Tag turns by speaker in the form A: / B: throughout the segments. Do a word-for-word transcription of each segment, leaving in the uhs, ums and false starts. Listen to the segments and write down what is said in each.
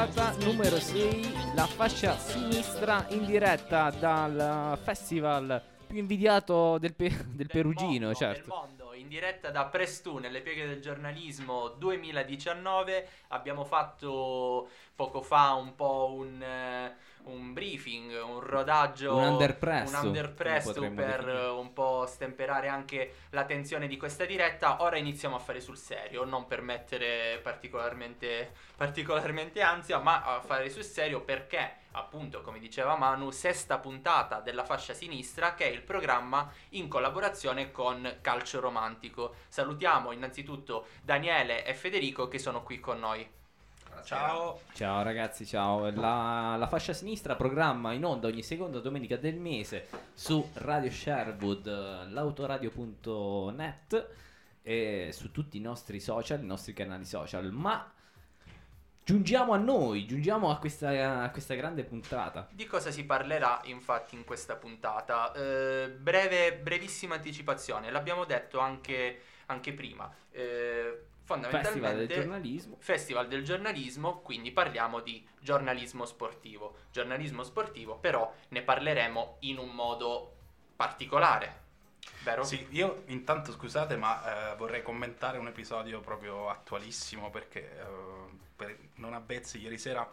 A: puntata numero sei, la fascia sinistra in diretta dal festival più invidiato del, pe- del, del Perugino,
B: mondo,
A: certo.
B: Del mondo, in diretta da Prestù nelle pieghe del giornalismo duemiladiciannove. Abbiamo fatto poco fa un po' un, uh, un briefing, un rodaggio,
A: un underpresto,
B: un underpresto per
A: definire.
B: uh, un po' stemperare anche la tensione di questa diretta. Ora iniziamo a fare sul serio, non per mettere particolarmente, particolarmente ansia, ma a fare sul serio perché, appunto, come diceva Manu, sesta puntata della fascia sinistra, che è il programma in collaborazione con Calcio Romantico. Salutiamo innanzitutto Daniele e Federico che sono qui con noi.
C: Ciao.
A: Ciao ragazzi, ciao. La, la fascia sinistra programma in onda ogni seconda domenica del mese su Radio Sherwood, l'autoradio punto net e su tutti i nostri social, i nostri canali social. Ma giungiamo a noi, giungiamo a questa, a questa grande puntata.
B: Di cosa si parlerà infatti in questa puntata? Eh, breve, brevissima anticipazione, l'abbiamo detto anche, anche prima. Eh, fondamentalmente
A: Festival del giornalismo.
B: Festival del giornalismo, quindi parliamo di giornalismo sportivo. Giornalismo sportivo, però ne parleremo in un modo particolare. Vero?
C: Sì, io intanto scusate, ma eh, vorrei commentare un episodio proprio attualissimo perché eh, per non avvezzi ieri sera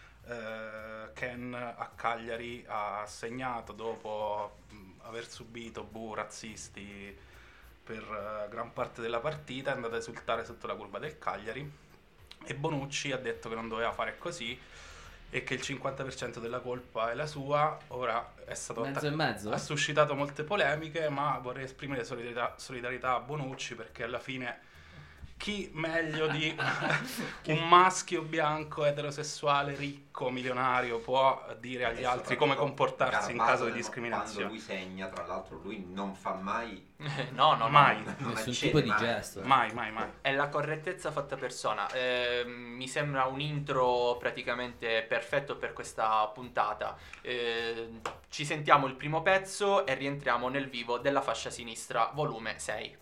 C: eh, Ken a Cagliari ha segnato dopo mh, aver subito bu razzisti per uh, gran parte della partita, è andato a esultare sotto la curva del Cagliari e Bonucci ha detto che non doveva fare così e che il cinquanta per cento della colpa è la sua. Ora è stato
A: Mezzo
C: attac-
A: e mezzo?
C: ha suscitato molte polemiche, ma vorrei esprimere solidarietà, solidarietà a Bonucci, perché alla fine chi meglio di un maschio bianco eterosessuale ricco milionario può dire agli
D: Adesso
C: altri come comportarsi in caso di
D: nel-
C: discriminazione.
D: Quando lui segna, tra l'altro, lui non fa mai,
B: no, no,
C: Mai.
B: no.
D: non
A: Nessun
D: accede
A: tipo di
D: mai.
A: gesto.
C: Mai, mai, mai.
B: È la correttezza fatta persona. Eh, mi sembra un intro praticamente perfetto per questa puntata. Eh, ci sentiamo il primo pezzo e rientriamo nel vivo della fascia sinistra, volume sei.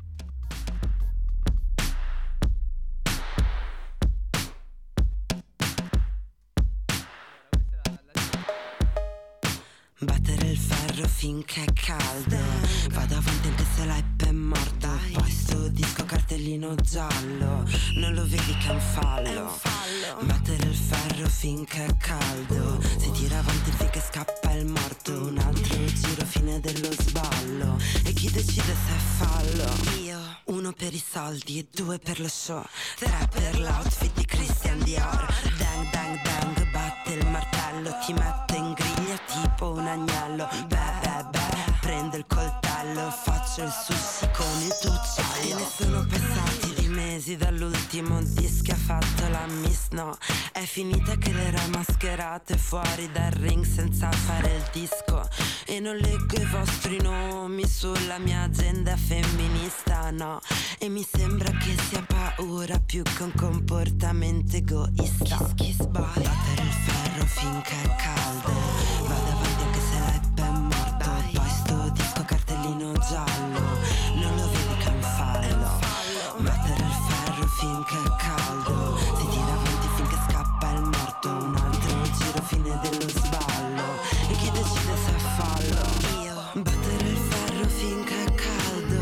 E: Battere il ferro finché è caldo, vado avanti anche se l'hype è morto. Poi sto disco cartellino giallo, non lo vedi che è un fallo. Battere il ferro finché è caldo, si tira avanti finché scappa il morto. Un altro giro, fine dello sballo, e chi decide se è fallo? Io. Uno per i soldi e due per lo show, tre per l'outfit di Christian Dior. Dang dang dang, batte il martello, ti mette in griglia tipo un agnello. Beh beh beh, prendo il coltello, faccio il sushi con il tucciolo. E ne sono passati di mesi dall'ultimo disco che ha fatto la Miss. No, è finita che le era mascherate fuori dal ring senza fare il disco. E non leggo i vostri nomi sulla mia agenda femminista, no. E mi sembra che sia paura più che un comportamento egoista. Kiss kiss boy, battere il ferro finché è caldo, vado avanti anche se l'hype è morto. Poi sto disco cartellino giallo, non lo vedi che è un fallo. Battere il ferro finché è caldo, si tira avanti finché scappa il morto. Un altro giro, fine dello sballo, e chi decide se è fallo? Io. Battere il ferro finché è caldo,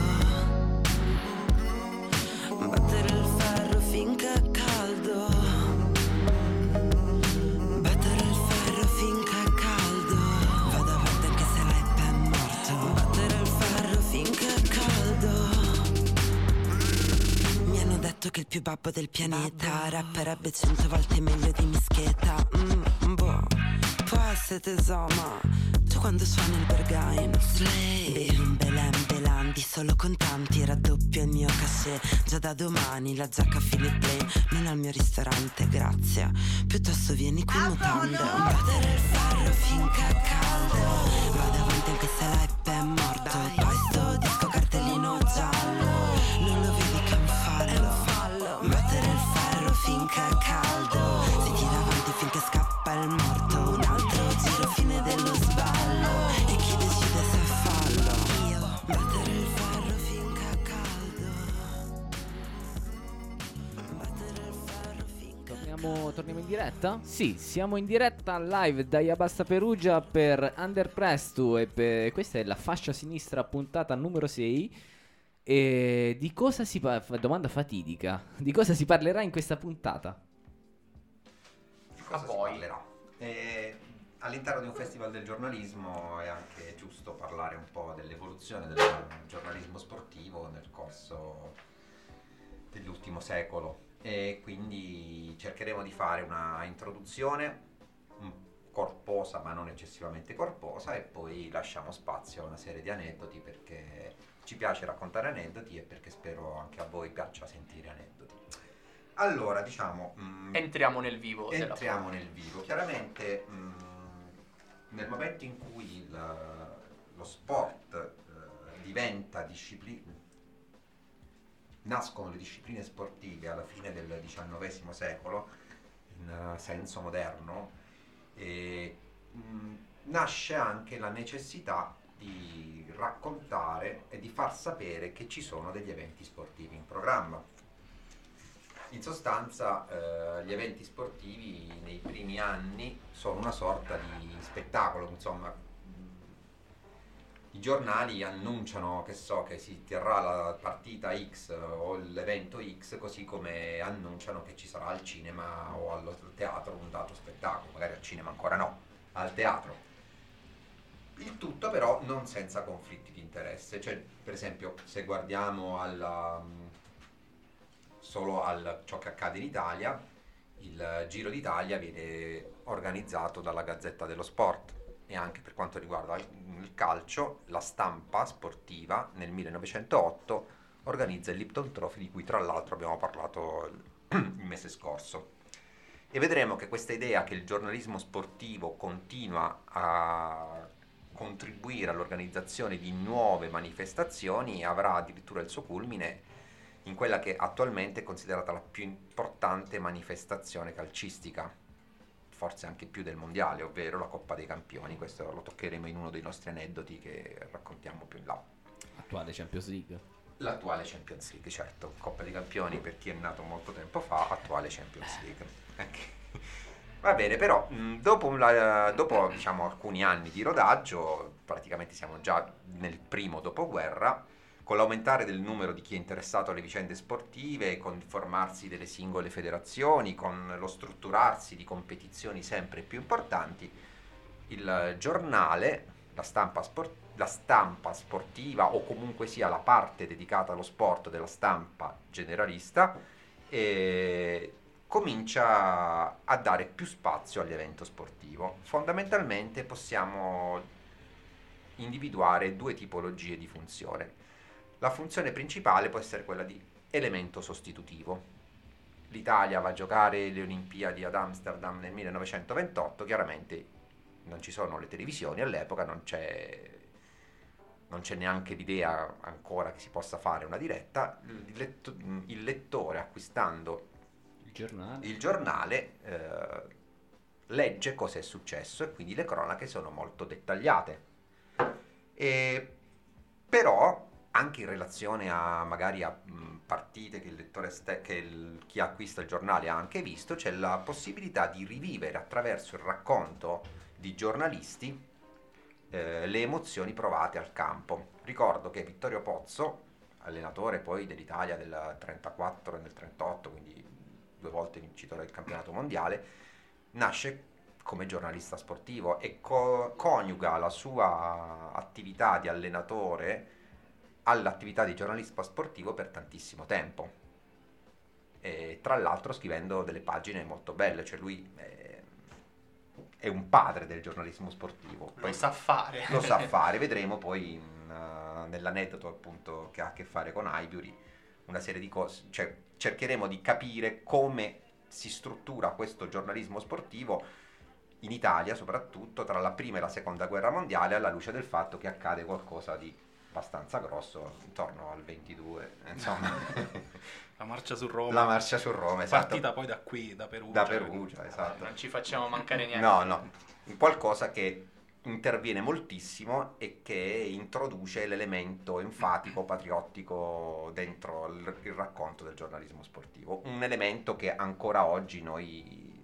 E: battere il ferro finché è caldo, battere il ferro finché è caldo, vado avanti anche se l'hype è morto. Battere il ferro finché è caldo. Mi hanno detto che il più babbo del pianeta rapperebbe cento volte meglio di Mischeta. Mm, boh, può essere tesoro, ma tu quando suoni il Berghain bevi un Belen Belandi solo contanti, raddoppio il mio cachet. Già da domani la giacca Philip Plain non al mio ristorante, grazie. Piuttosto vieni qui in mutande. Battere il ferro finché è caldo, vado avanti anche se l'hype è morto. Poi sto disco cartellino giallo, non lo vedi che è un fallo. Battere il ferro finché è caldo, si tira avanti finché scappa il morto. Un altro giro, fine dello sballo, e chi decide se è fallo? Io. Battere il ferro finché è caldo, battere il ferro finché è caldo.
A: Torniamo, torniamo in diretta? Sì, siamo in diretta live da Iabasta Perugia per Under Prestu e per... questa è la fascia sinistra puntata numero sei. E di cosa si parla? Domanda fatidica. Di cosa si parlerà in questa puntata?
D: Di cosa
B: A
D: si
B: voi.
D: parlerà? Eh, all'interno di un festival del giornalismo è anche giusto parlare un po' dell'evoluzione del giornalismo sportivo nel corso dell'ultimo secolo, e quindi cercheremo di fare una introduzione un corposa ma non eccessivamente corposa, e poi lasciamo spazio a una serie di aneddoti, perché ci piace raccontare aneddoti e perché spero anche a voi piaccia sentire aneddoti. Allora, diciamo, mh,
B: Entriamo nel vivo. se la
D: entriamo
B: può.
D: nel vivo. Chiaramente mh, nel momento in cui il, lo sport eh, diventa disciplina, nascono le discipline sportive alla fine del diciannovesimo secolo in uh, senso moderno, e mh, nasce anche la necessità di raccontare e di far sapere che ci sono degli eventi sportivi in programma. In sostanza eh, gli eventi sportivi nei primi anni sono una sorta di spettacolo, insomma. I giornali annunciano, che so, che si terrà la partita X o l'evento X, così come annunciano che ci sarà al cinema o al teatro un dato spettacolo, magari al cinema ancora no, al teatro. Il tutto però non senza conflitti di interesse, cioè per esempio se guardiamo alla, solo a ciò che accade in Italia, il Giro d'Italia viene organizzato dalla Gazzetta dello Sport, e anche per quanto riguarda il calcio, la Stampa Sportiva nel millenovecentootto organizza il Lipton Trophy, di cui tra l'altro abbiamo parlato il mese scorso. E vedremo che questa idea che il giornalismo sportivo continua a contribuire all'organizzazione di nuove manifestazioni avrà addirittura il suo culmine in quella che attualmente è considerata la più importante manifestazione calcistica, forse anche più del mondiale, ovvero la Coppa dei Campioni. Questo lo toccheremo in uno dei nostri aneddoti che raccontiamo più in là.
A: Attuale Champions League.
D: L'attuale Champions League, certo. Coppa dei Campioni per chi è nato molto tempo fa, attuale Champions League. Okay. Va bene, però mh, dopo, la, dopo diciamo, alcuni anni di rodaggio, praticamente siamo già nel primo dopoguerra, con l'aumentare del numero di chi è interessato alle vicende sportive, con il formarsi delle singole federazioni, con lo strutturarsi di competizioni sempre più importanti, il giornale, la stampa, sport- la stampa sportiva, o comunque sia la parte dedicata allo sport della stampa generalista, eh, comincia a dare più spazio all'evento sportivo. Fondamentalmente possiamo individuare due tipologie di funzione. La funzione principale può essere quella di elemento sostitutivo. L'Italia va a giocare le Olimpiadi ad Amsterdam nel millenovecentoventotto, chiaramente non ci sono le televisioni all'epoca, non c'è, non c'è neanche l'idea ancora che si possa fare una diretta. Il, letto, il lettore, acquistando
A: Il giornale.
D: il giornale, eh, legge cosa è successo, e quindi le cronache sono molto dettagliate. E, però anche in relazione a magari a mh, partite che il lettore ste- che il, chi acquista il giornale ha anche visto, c'è la possibilità di rivivere attraverso il racconto di giornalisti eh, le emozioni provate al campo. Ricordo che Vittorio Pozzo, allenatore poi dell'Italia del trentaquattro e del trentotto, quindi due volte vincitore del campionato mondiale, nasce come giornalista sportivo e co- coniuga la sua attività di allenatore all'attività di giornalista sportivo per tantissimo tempo, e tra l'altro scrivendo delle pagine molto belle, cioè lui è, è un padre del giornalismo sportivo.
B: Lo
D: Poi
B: sa fare.
D: lo sa fare, vedremo poi in, uh, nell'aneddoto appunto che ha a che fare con Highbury una serie di cose, cioè cercheremo di capire come si struttura questo giornalismo sportivo in Italia, soprattutto tra la prima e la seconda guerra mondiale, alla luce del fatto che accade qualcosa di abbastanza grosso intorno al ventidue, insomma.
C: La marcia su Roma.
D: La marcia su Roma, esatto.
C: Partita poi da qui, da Perugia.
D: Da Perugia, esatto.
B: Non ci facciamo mancare niente.
D: No, no, qualcosa che interviene moltissimo e che introduce l'elemento enfatico, patriottico dentro il, il racconto del giornalismo sportivo. Un elemento che ancora oggi noi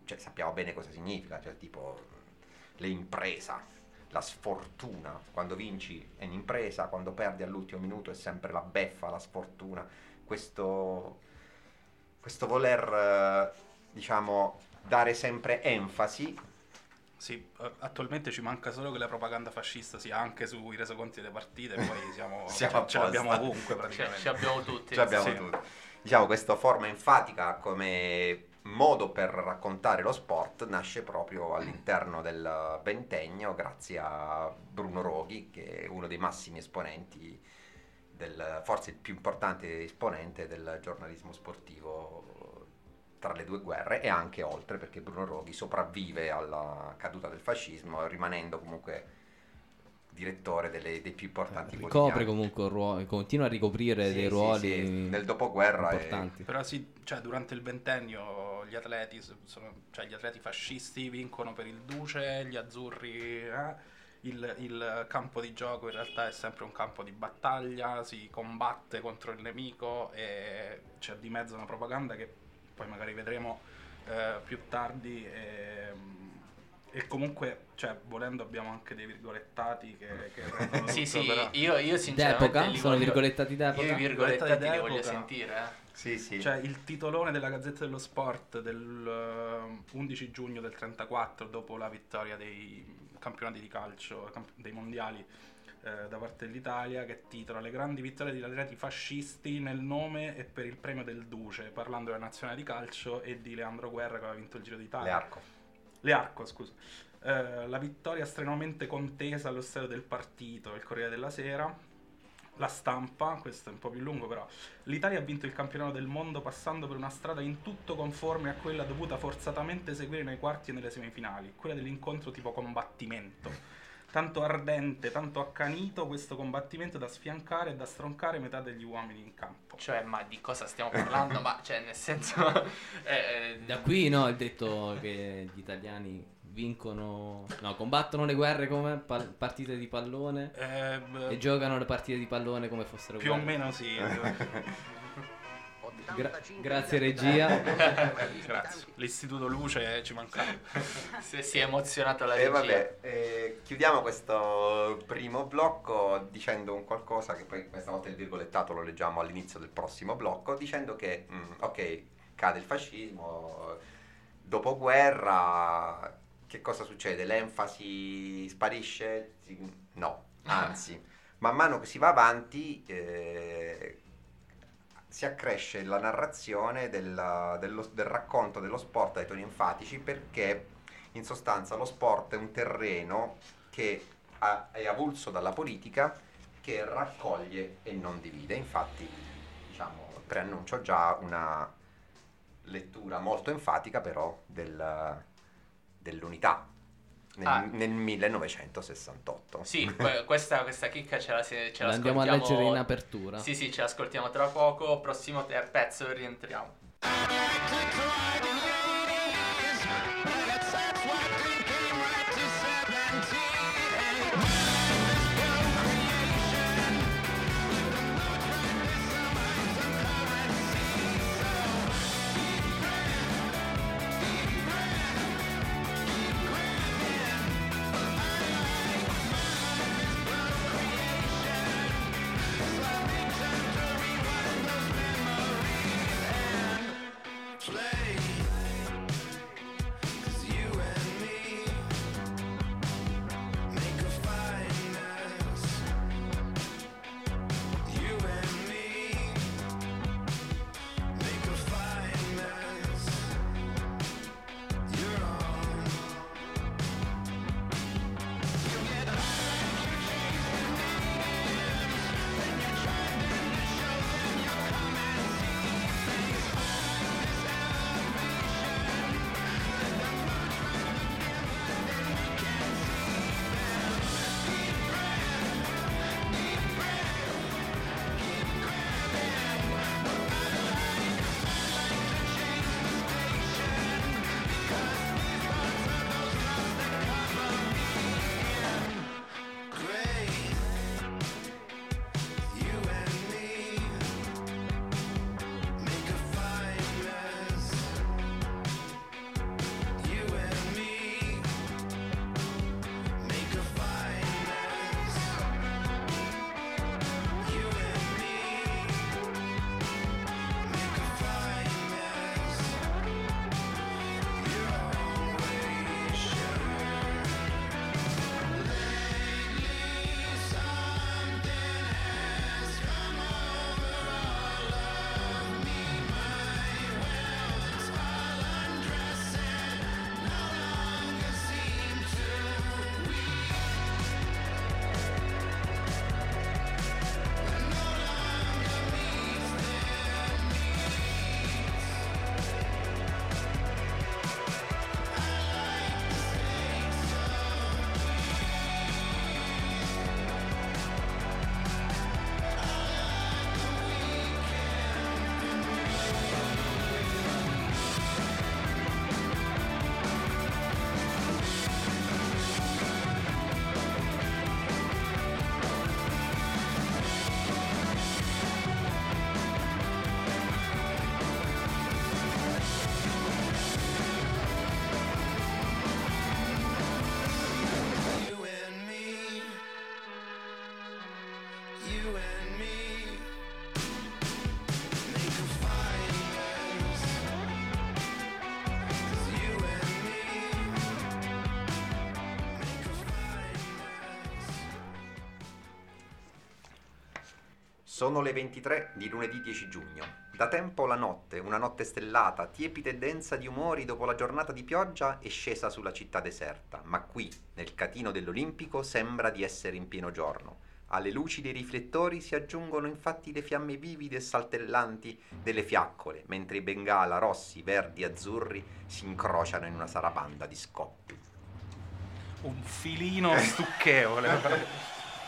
D: cioè, sappiamo bene cosa significa, cioè tipo l'impresa, la sfortuna, quando vinci è un'impresa, quando perdi all'ultimo minuto è sempre la beffa, la sfortuna, questo, questo voler eh, diciamo dare sempre enfasi.
C: Sì, attualmente ci manca solo che la propaganda fascista sia anche sui resoconti delle partite, poi siamo,
D: Siamo
C: ce, ce l'abbiamo ovunque
B: Ce,
C: praticamente.
B: ce abbiamo tutti.
D: Ce l'abbiamo
C: Sì.
D: tutti. Diciamo, questa forma enfatica come modo per raccontare lo sport nasce proprio all'interno del ventennio grazie a Bruno Roghi, che è uno dei massimi esponenti, del, forse il più importante esponente del giornalismo sportivo tra le due guerre e anche oltre, perché Bruno Roghi sopravvive alla caduta del fascismo rimanendo comunque direttore delle, dei più importanti
A: Ricopre
D: quotidiani.
A: comunque un ruolo, continua a ricoprire
D: Sì,
A: dei
D: sì,
A: ruoli
D: sì, nel dopoguerra è-
A: importanti.
C: Però sì, cioè durante il ventennio gli atleti, sono, cioè gli atleti fascisti vincono per il Duce, gli azzurri, eh, il, il campo di gioco in realtà è sempre un campo di battaglia, si combatte contro il nemico e c'è di mezzo una propaganda che poi magari vedremo eh, più tardi e, e comunque, cioè, volendo abbiamo anche dei virgolettati che, che rendono
B: Sì,
C: tutto,
B: sì,
C: però-
B: io, io sinceramente
A: D'epoca?
B: li
A: Sono
B: voglio-
A: virgolettati
B: Io
A: d'epoca?
B: i virgolettati li
C: Virgolettati
B: voglio
C: d'epoca.
B: sentire, eh.
D: Sì, sì.
C: Cioè il titolone della Gazzetta dello Sport del eh, undici giugno del trentaquattro, dopo la vittoria dei campionati di calcio, camp- dei mondiali eh, da parte dell'Italia, che titola "Le grandi vittorie degli atleti fascisti nel nome e per il premio del Duce", parlando della nazionale di calcio e di Leandro Guerra che aveva vinto il Giro d'Italia.
D: Learco.
C: Learco, scusa. Eh, la vittoria strenuamente contesa allo stadio del partito, il Corriere della Sera. La Stampa, questo è un po' più lungo però: "L'Italia ha vinto il campionato del mondo passando per una strada in tutto conforme a quella dovuta forzatamente seguire nei quarti e nelle semifinali, quella dell'incontro tipo combattimento. Tanto ardente, tanto accanito questo combattimento da sfiancare e da stroncare metà degli uomini in campo".
B: Cioè, ma di cosa stiamo parlando? Ma, cioè, nel senso... eh,
A: Da qui no, il detto che gli italiani vincono, no, combattono le guerre come pal- partite di pallone
C: Eh,
A: e giocano le partite di pallone come fossero
C: più o
A: guerre.
C: meno sì.
A: Gra- grazie regia.
C: Grazie. L'Istituto Luce ci mancava.
B: se si è emozionato la
D: E
B: regia.
D: vabbè, eh, chiudiamo questo primo blocco dicendo un qualcosa che poi questa volta il virgolettato lo leggiamo all'inizio del prossimo blocco, dicendo che mm, ok, cade il fascismo, dopoguerra, che cosa succede? L'enfasi sparisce? Sì, no, anzi, man mano che si va avanti eh, si accresce la narrazione della- dello- del racconto dello sport ai toni enfatici, perché in sostanza lo sport è un terreno che ha- è avulso dalla politica, che raccoglie e non divide. Infatti, diciamo, preannuncio già una lettura molto enfatica però del- dell'unità nel,
B: Ah.
D: nel millenovecentosessantotto.
B: Sì, que- questa, questa chicca ce la, se- ce
A: La
B: la
A: andiamo a
B: ascoltiamo-
A: leggere in apertura.
B: Sì, sì, ce l'ascoltiamo tra poco. Prossimo te- pezzo e rientriamo.
F: Play
D: Sono le ventitré di lunedì dieci giugno. Da tempo la notte, una notte stellata, tiepida e densa di umori dopo la giornata di pioggia, è scesa sulla città deserta, ma qui, nel catino dell'Olimpico, sembra di essere in pieno giorno. Alle luci dei riflettori si aggiungono infatti le fiamme vivide e saltellanti delle fiaccole, mentre i bengala rossi, verdi e azzurri si incrociano in una sarabanda di scoppi.
C: Un filino stucchevole.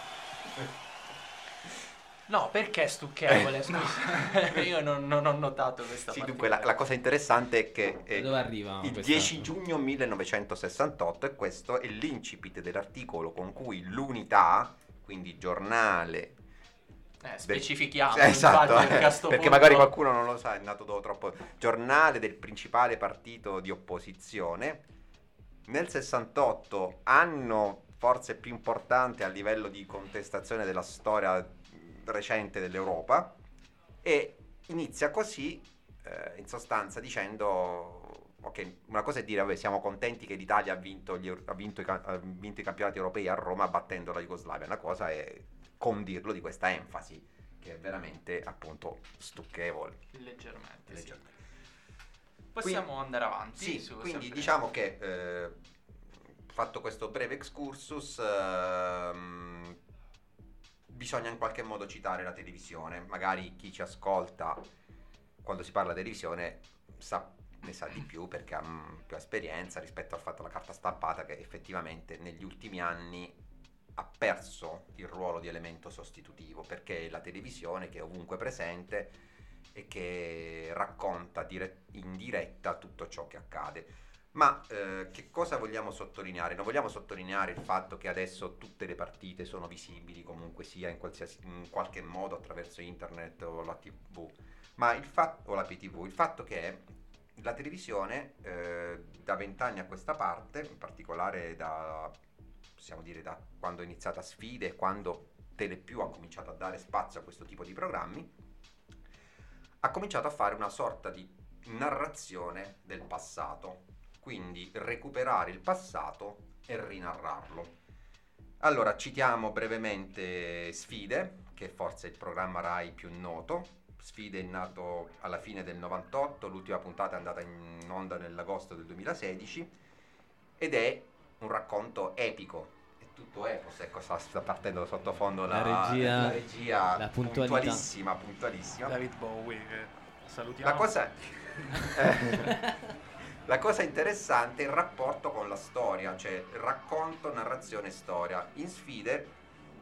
B: No, perché stucchevole? Scusa, io non, non ho notato questa
D: Sì,
B: parte.
D: dunque la, la cosa interessante è che eh,
A: Dove arriva
D: il
A: questa-
D: dieci giugno millenovecentosessantotto, e questo è l'incipit dell'articolo con cui l'Unità, quindi giornale...
B: Eh, specifichiamo,
D: Eh, esatto,
B: infatti, perché, a
D: eh,
B: sto
D: perché
B: punto-
D: magari qualcuno non lo sa, è nato dopo troppo. Giornale del principale partito di opposizione. Nel sessantotto, anno forse più importante a livello di contestazione della storia recente dell'Europa, e inizia così, eh, in sostanza dicendo: ok, una cosa è dire vabbè, siamo contenti che l'Italia ha vinto, gli, ha, vinto i, ca- ha vinto i campionati europei a Roma battendo la Jugoslavia, una cosa è condirlo di questa enfasi che è veramente appunto stucchevole.
B: Leggermente, sì.
D: Leggermente.
B: Possiamo
D: Quindi-
B: andare avanti.
D: Sì,
B: su-
D: quindi
B: sempre-
D: diciamo che eh, fatto questo breve excursus, ehm, bisogna in qualche modo citare la televisione. Magari chi ci ascolta quando si parla di televisione sa, ne sa di più perché ha mm, più esperienza rispetto al fatto della carta stampata, che effettivamente negli ultimi anni ha perso il ruolo di elemento sostitutivo, perché è la televisione che è ovunque presente e che racconta dire- in diretta tutto ciò che accade. Ma eh, che cosa vogliamo sottolineare? Non vogliamo sottolineare il fatto che adesso tutte le partite sono visibili comunque sia in, qualsiasi, in qualche modo attraverso internet o la tivù, ma il fatto, o la P T V, il fatto che la televisione eh, da vent'anni a questa parte, in particolare da, possiamo dire, da quando è iniziata Sfide e quando Telepiù ha cominciato a dare spazio a questo tipo di programmi, ha cominciato a fare una sorta di narrazione del passato, quindi recuperare il passato e rinarrarlo. Allora, citiamo brevemente Sfide, che forse è il programma Rai più noto. Sfide è nato alla fine del novantotto, l'ultima puntata è andata in onda nell'agosto del duemilasedici ed è un racconto epico. È tutto epos, ecco, sta, sta partendo sottofondo la,
A: La regia-
D: la regia
A: la puntualità.
D: puntualissima, puntualissima.
C: David Bowie, che salutiamo.
D: La cosa, eh, la cosa interessante è il rapporto con la storia, cioè racconto, narrazione, storia. In Sfide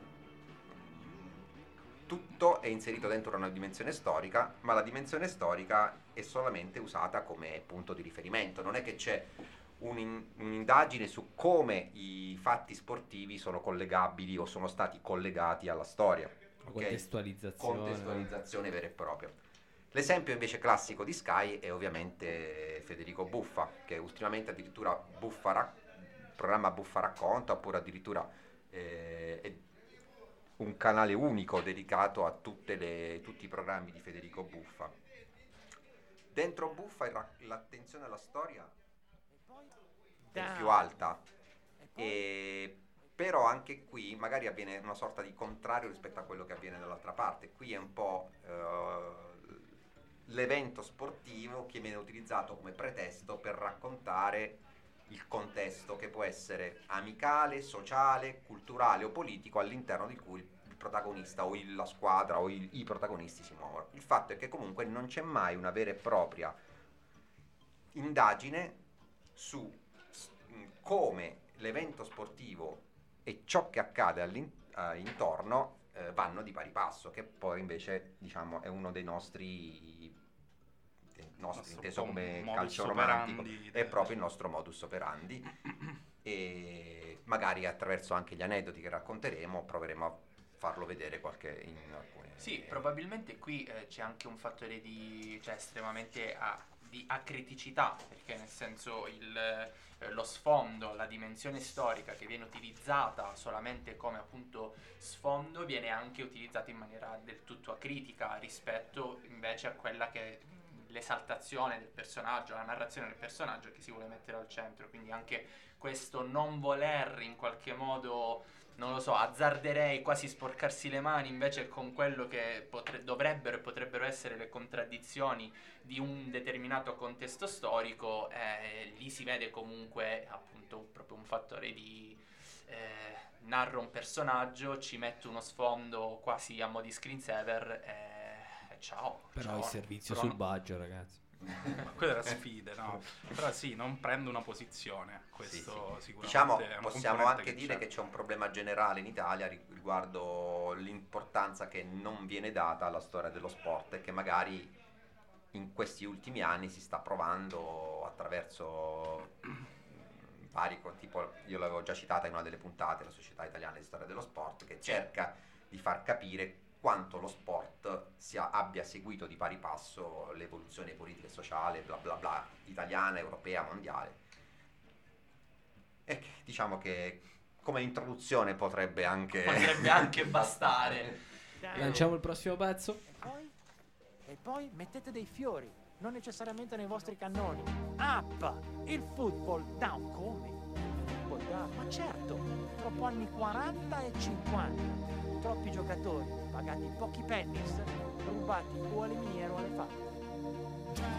D: tutto è inserito dentro una dimensione storica, ma la dimensione storica è solamente usata come punto di riferimento. Non è che c'è un'in- un'indagine su come i fatti sportivi sono collegabili o sono stati collegati alla storia. ok?
A: Contestualizzazione.
D: Contestualizzazione vera e propria. L'esempio invece classico di Sky è ovviamente Federico Buffa, che ultimamente addirittura Buffa rac- programma Buffa Racconta, oppure addirittura eh, è un canale unico dedicato a tutte le, tutti i programmi di Federico Buffa. Dentro Buffa il ra- l'attenzione alla storia è più alta, e però anche qui magari avviene una sorta di contrario rispetto a quello che avviene dall'altra parte. Qui è un po' eh, l'evento sportivo che viene utilizzato come pretesto per raccontare il contesto che può essere amicale, sociale, culturale o politico all'interno di cui il protagonista o il- la squadra o il- i protagonisti si muovono. Il fatto è che comunque non c'è mai una vera e propria indagine su s- mh, come l'evento sportivo e ciò che accade all'in- eh, intorno eh, vanno di pari passo, che poi invece diciamo è uno dei nostri dei nostri
C: Nostro
D: inteso
C: po'
D: come
C: modus
D: calcio romantico,
C: operandi
D: è
C: del-
D: proprio il nostro modus operandi, e magari attraverso anche gli aneddoti che racconteremo proveremo a farlo vedere qualche in alcune.
B: Sì, probabilmente qui eh, c'è anche un fattore di, cioè, estremamente a, di acriticità, perché nel senso il, eh, lo sfondo, la dimensione storica che viene utilizzata solamente come appunto sfondo viene anche utilizzata in maniera del tutto acritica rispetto invece a quella che è l'esaltazione del personaggio, la narrazione del personaggio che si vuole mettere al centro, quindi anche questo non voler in qualche modo, non lo so, azzarderei quasi sporcarsi le mani invece con quello che potre- dovrebbero e potrebbero essere le contraddizioni di un determinato contesto storico, eh, lì si vede comunque appunto proprio un fattore di eh, narro un personaggio, ci metto uno sfondo quasi a mo' di screensaver e, e ciao.
A: Però
B: ciao.
A: il servizio
B: Però
A: sul budget, ragazzi.
C: Ma quella era sfide, no? Però sì, non prendo una posizione, questo
D: Sì, sì.
C: sicuramente
D: Diciamo,
C: è una
D: possiamo
C: componente
D: anche
C: che
D: dire
C: c'è.
D: che c'è un problema generale in Italia ri- riguardo l'importanza che non viene data alla storia dello sport e che magari in questi ultimi anni si sta provando attraverso mm, vari, co- tipo io l'avevo già citata in una delle puntate, la Società Italiana di Storia dello Sport, che cerca di far capire quanto lo sport sia, abbia seguito di pari passo l'evoluzione politica e sociale, bla bla bla, italiana, europea, mondiale. E che, diciamo che come introduzione potrebbe anche
B: Potrebbe anche bastare.
A: Lanciamo il prossimo pezzo.
F: E poi? E poi mettete dei fiori, non necessariamente nei vostri cannoni. Up! Il football down come? Il football down? Ma certo, troppo anni quaranta e cinquanta. Troppi giocatori, pagati pochi pennies, rubati o alle miniere o alle fabbriche.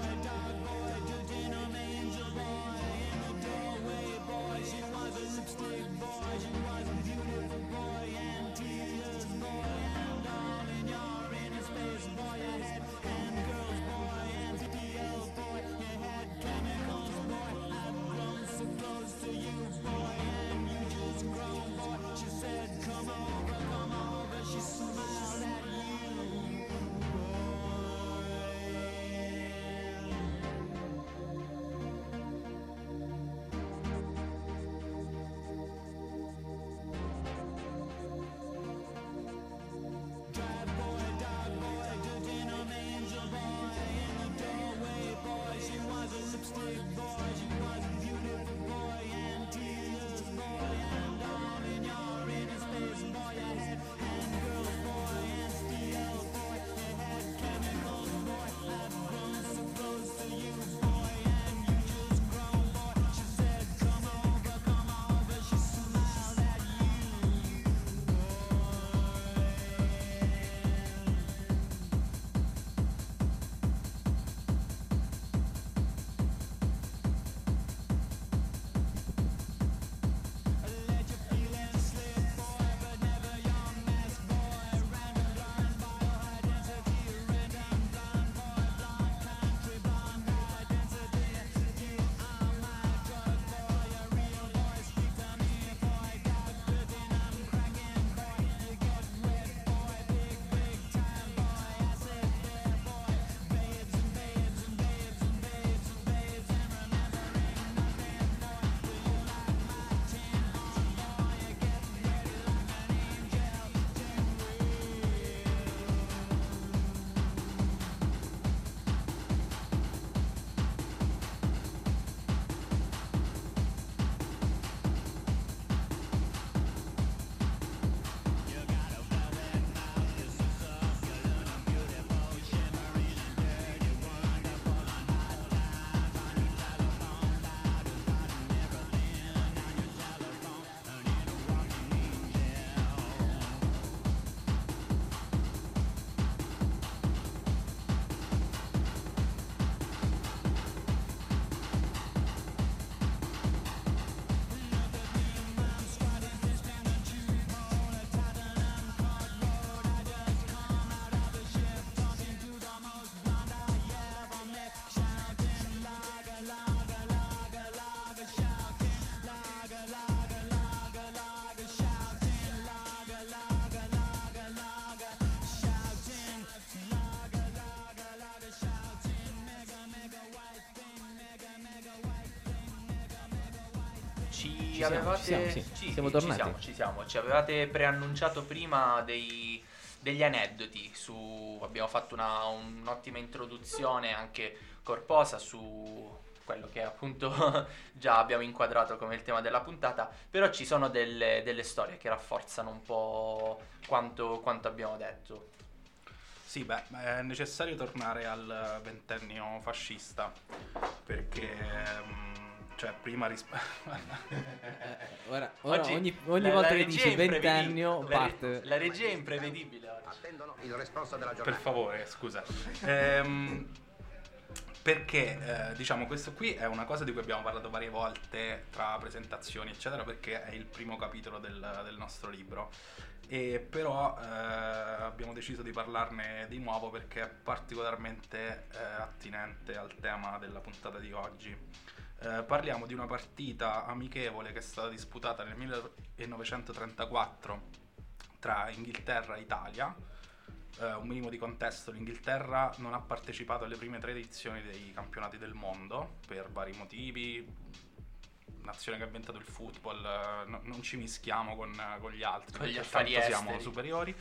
B: Ci,
A: siamo,
B: avevate
A: ci siamo, sì.
B: sì,
A: Siamo
B: sì,
A: tornati.
B: Ci siamo, ci siamo. Ci avevate preannunciato prima dei, degli aneddoti su, abbiamo fatto una, un'ottima introduzione anche corposa su quello che appunto già abbiamo inquadrato come il tema della puntata, però ci sono delle, delle storie che rafforzano un po' quanto, quanto abbiamo detto.
C: Sì, beh, è necessario tornare al ventennio fascista perché, mh, cioè prima risp-
A: ora, ora
B: Oggi
A: ogni, ogni
B: la-
A: volta
B: la
A: che
B: regia
A: dici
B: è imprevedibile.
A: ventennio
B: La-
A: parte.
B: La regia è imprevedibile oggi.
G: Attendono il responso della
C: Per
G: giornata.
C: favore, scusa. Ehm, perché eh, diciamo questo qui è una cosa di cui abbiamo parlato varie volte tra presentazioni eccetera, perché è il primo capitolo del, del nostro libro, e però eh, abbiamo deciso di parlarne di nuovo perché è particolarmente eh, attinente al tema della puntata di oggi. Eh, parliamo di una partita amichevole che è stata disputata nel millenovecentotrentaquattro tra Inghilterra e Italia. Uh, un minimo di contesto: l'Inghilterra non ha partecipato alle prime tre edizioni dei campionati del mondo per vari motivi, nazione che ha inventato il football, uh, no, non ci mischiamo con, uh, con gli altri,
B: Con gli
C: perché
B: affari
C: tanto siamo
B: esteri.
C: superiori.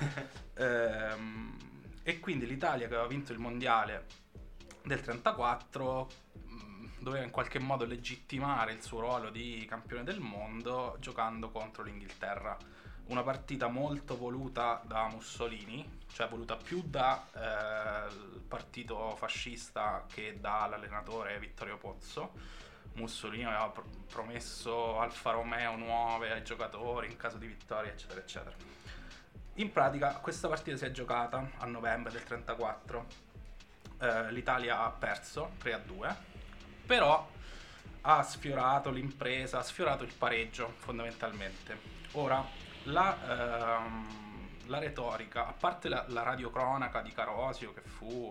C: Ehm, e quindi l'Italia, che aveva vinto il mondiale del trentaquattro, mh, doveva in qualche modo legittimare il suo ruolo di campione del mondo giocando contro l'Inghilterra. Una partita molto voluta da Mussolini, cioè voluta più dal eh, partito fascista che dall'allenatore Vittorio Pozzo. Mussolini aveva pr- promesso Alfa Romeo nuove ai giocatori in caso di vittoria, eccetera, eccetera. In pratica questa partita si è giocata a novembre del trentaquattro. Eh, L'Italia ha perso tre a due, però ha sfiorato l'impresa, ha sfiorato il pareggio fondamentalmente. Ora, La, ehm, la retorica, a parte la, la radiocronaca di Carosio, che fu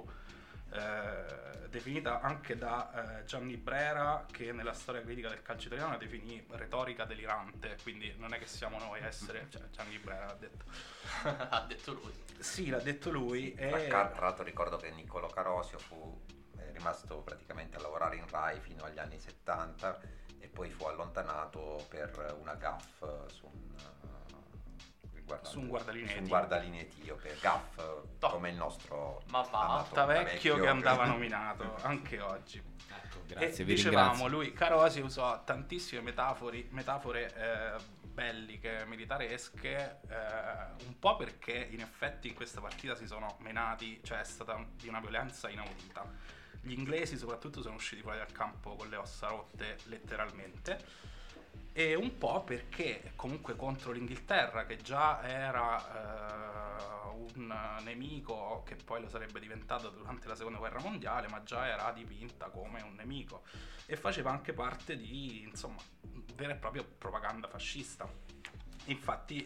C: eh, definita anche da eh, Gianni Brera, che nella storia critica del calcio italiano la definì retorica delirante, quindi non è che siamo noi a essere, cioè Gianni Brera l'ha detto.
B: Ha detto lui.
C: Sì, l'ha detto lui.
D: Tra,
C: E...
D: tra l'altro ricordo che Niccolò Carosio fu è rimasto praticamente a lavorare in Rai fino agli anni settanta e poi fu allontanato per una gaffe su un Guarda,
C: su un guardalinee
D: su un
C: etiope.
D: guardalinee etiope, gaff
B: No.
D: come il nostro
B: Ma va,
D: amato
C: Tavecchio che andava
D: che-
C: nominato anche oggi.
A: Ecco, grazie,
C: E
A: vi
C: dicevamo,
A: ringrazio.
C: lui Carosi usò tantissime metafori, metafore eh, belliche, militaresche, eh, un po' perché in effetti in questa partita si sono menati, cioè è stata di una violenza inaudita. Gli inglesi soprattutto sono usciti fuori dal campo con le ossa rotte letteralmente, e un po' perché comunque contro l'Inghilterra, che già era eh, un nemico che poi lo sarebbe diventato durante la seconda guerra mondiale, ma già era dipinta come un nemico e faceva anche parte di, insomma, vera e propria propaganda fascista. Infatti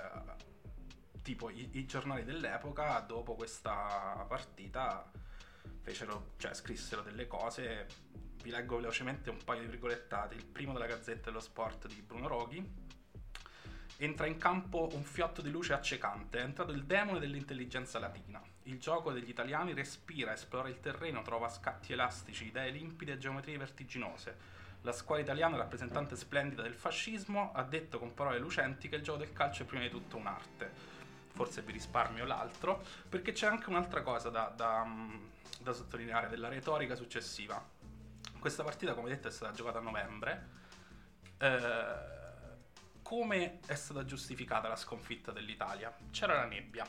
C: eh, tipo i, i giornali dell'epoca dopo questa partita fecero, cioè scrissero delle cose. Vi leggo velocemente un paio di virgolettati. Il primo della Gazzetta dello Sport di Bruno Roghi: entra in campo un fiotto di luce accecante, è entrato il demone dell'intelligenza latina. Il gioco degli italiani respira, esplora il terreno, trova scatti elastici, idee limpide e geometrie vertiginose. La squadra italiana, rappresentante splendida del fascismo, ha detto con parole lucenti che il gioco del calcio è prima di tutto un'arte. Forse vi risparmio l'altro, perché c'è anche un'altra cosa da, da, da sottolineare della retorica successiva. Questa partita, come detto, è stata giocata a novembre. Eh, come è stata giustificata la sconfitta dell'Italia? C'era la nebbia.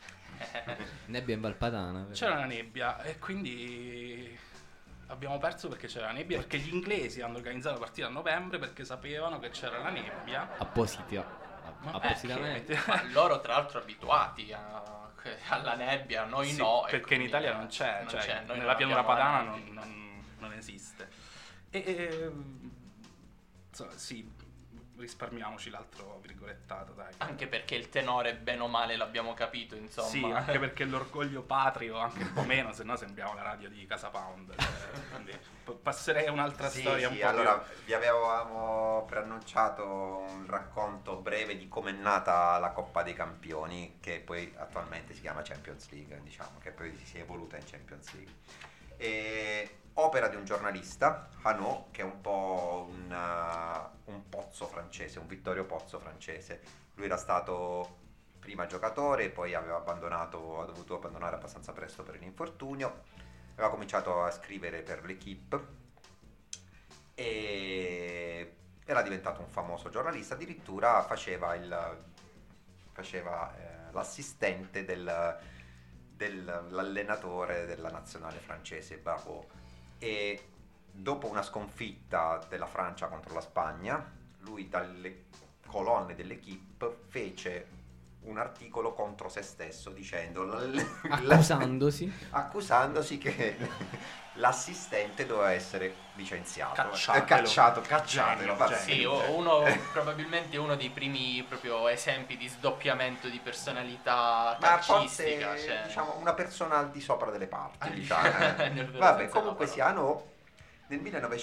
A: Nebbia in Valpadana.
C: C'era la nebbia e quindi abbiamo perso perché c'era la nebbia, perché gli inglesi hanno organizzato la partita a novembre perché sapevano che c'era la nebbia.
A: Apposita.
C: Ma
A: Appositamente.
C: perché?
B: Ma loro tra l'altro abituati a- alla nebbia, noi
C: Sì,
B: no. e
C: perché in
B: quindi,
C: Italia
B: eh,
C: non c'è,
B: non
C: cioè,
B: c'è, noi
C: nella
B: non
C: pianura
B: abbiamo
C: padana
B: la
C: non,
B: nebbia.
C: non- non esiste. E, e insomma, sì, risparmiamoci l'altro virgolettato, dai.
B: Anche perché il tenore bene o male l'abbiamo capito, insomma.
C: Sì, anche perché l'orgoglio patrio, anche un po' meno, se no sembriamo la radio di Casa Pound. eh, quindi p- passerei a un'altra
D: Sì,
C: storia
D: sì,
C: un po'
D: allora
C: più...
D: vi avevamo preannunciato un racconto breve di com'è nata la Coppa dei Campioni, che poi attualmente si chiama Champions League, diciamo, che poi si è evoluta in Champions League. E, opera di un giornalista, Hanot, che è un po' un, uh, un Pozzo francese, un Vittorio Pozzo francese. Lui era stato prima giocatore, poi aveva abbandonato, ha dovuto abbandonare abbastanza presto per un infortunio. Aveva cominciato a scrivere per l'Equipe e era diventato un famoso giornalista, addirittura faceva il faceva eh, l'assistente del, dell'allenatore della nazionale francese Barrault, e dopo una sconfitta della Francia contro la Spagna, lui dalle colonne dell'Equipe fece un articolo contro se stesso dicendo
A: accusandosi
D: accusandosi che l'assistente doveva essere licenziato,
C: Cacciatelo.
D: cacciato, cacciatelo.
C: Genio,
D: Vabbè.
B: Sì, o- uno probabilmente uno dei primi proprio esempi di sdoppiamento di personalità
D: Ma
B: calcistica.
D: forse
B: Cioè.
D: diciamo una persona al di sopra delle parti,
B: Ah,
D: diciamo. eh.
B: nel vero
D: Vabbè,
B: senso
D: comunque
B: della
D: sia, Hanot nel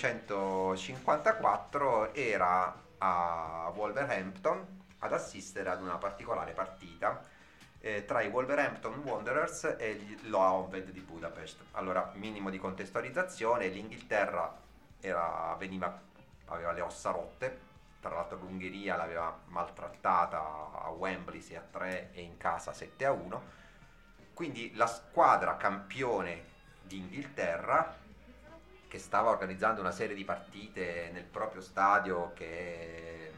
D: millenovecentocinquantaquattro era a Wolverhampton ad assistere ad una particolare partita eh, tra i Wolverhampton Wanderers e gli Loanved di Budapest. Allora, minimo di contestualizzazione: l'Inghilterra era, veniva, aveva le ossa rotte, tra l'altro l'Ungheria l'aveva maltrattata a Wembley sei a tre e in casa sette a uno, quindi la squadra campione d'Inghilterra, che stava organizzando una serie di partite nel proprio stadio che,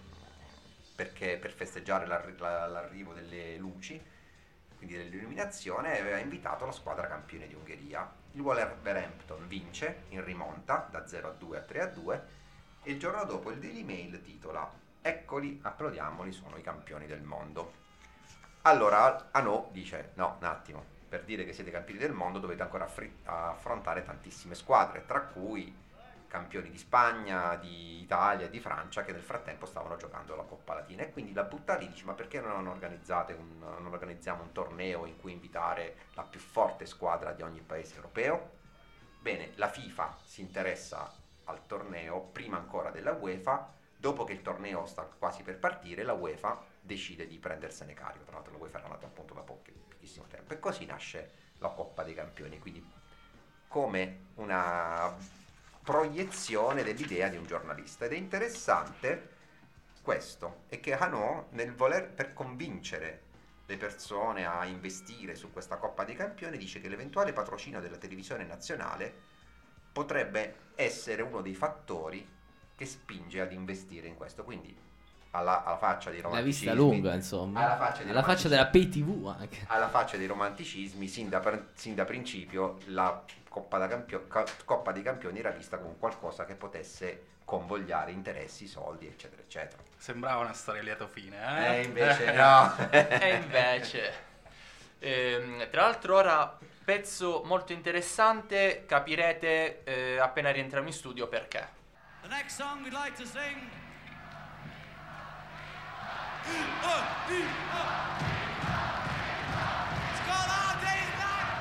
D: perché per festeggiare l'arri- la- l'arrivo delle luci, quindi dell'illuminazione, aveva invitato la squadra campione di Ungheria. Il Wolverhampton vince in rimonta da zero a due a tre a due e il giorno dopo il Daily Mail titola: "Eccoli, applaudiamoli, sono i campioni del mondo". Allora Hanot dice: no, un attimo, per dire che siete campioni del mondo dovete ancora affri- affrontare tantissime squadre, tra cui campioni di Spagna, di Italia e di Francia, che nel frattempo stavano giocando la Coppa Latina. E quindi la butta lì, dice: ma perché non organizzate un, non organizziamo un torneo in cui invitare la più forte squadra di ogni paese europeo? Bene, la FIFA si interessa al torneo prima ancora della UEFA. Dopo che il torneo sta quasi per partire, la UEFA decide di prendersene carico. Tra l'altro la UEFA era nata appunto da pochi, pochissimo tempo, e così nasce la Coppa dei Campioni, quindi come una proiezione dell'idea di un giornalista. Ed è interessante questo, è che Hanot, nel voler, per convincere le persone a investire su questa Coppa dei Campioni, dice che l'eventuale patrocinio della televisione nazionale potrebbe essere uno dei fattori che spinge ad investire in questo. Quindi alla, alla faccia dei
A: la
D: romanticismi,
A: vista lunga, insomma,
D: alla faccia, dei
A: alla faccia della pay tv anche.
D: alla faccia dei romanticismi, sin da, per- sin da principio la Coppa, da Campio- Ca- Coppa dei Campioni era vista come qualcosa che potesse convogliare interessi, soldi, eccetera, eccetera.
C: Sembrava una storia a lieto fine, eh?
D: E invece no.
B: E invece, ehm, tra l'altro, ora pezzo molto interessante, capirete eh, appena rientriamo in studio perché.
G: The next song we'd like to sing. Uh, uh. It's called Our Day's Night.